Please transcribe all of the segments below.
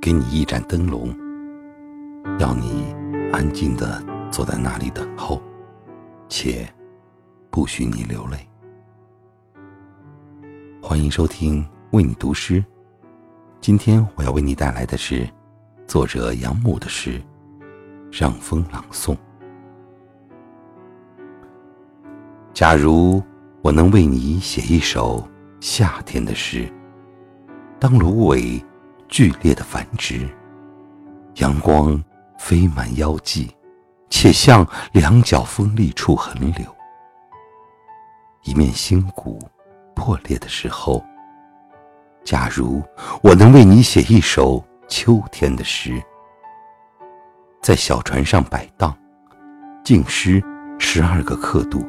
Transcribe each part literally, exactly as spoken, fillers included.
给你一盏灯笼，要你安静地坐在那里等候，且不许你流泪。欢迎收听为你读诗，今天我要为你带来的是作者杨牧的诗《让风朗诵》。假如我能为你写一首夏天的诗，当芦苇剧烈的繁殖，阳光飞满腰际，且向两脚锋利处横流。一面心骨破裂的时候，假如我能为你写一首秋天的诗，在小船上摆荡，浸湿十二个刻度。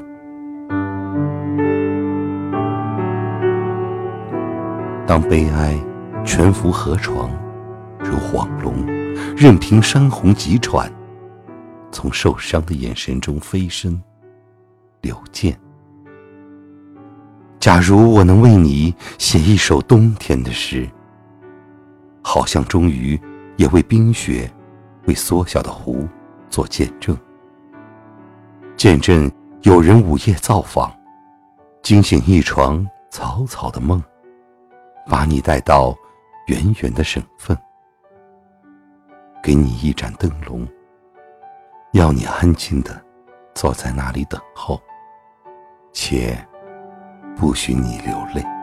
当悲哀全伏河床，如晃龙，任凭山洪急喘，从受伤的眼神中飞身流溅。假如我能为你写一首冬天的诗，好像终于也为冰雪，为缩小的湖做见证，见证有人午夜造访，惊醒一床草草的梦，把你带到远远的省份，给你一盏灯笼，要你安静地坐在那里等候，且不许你流泪。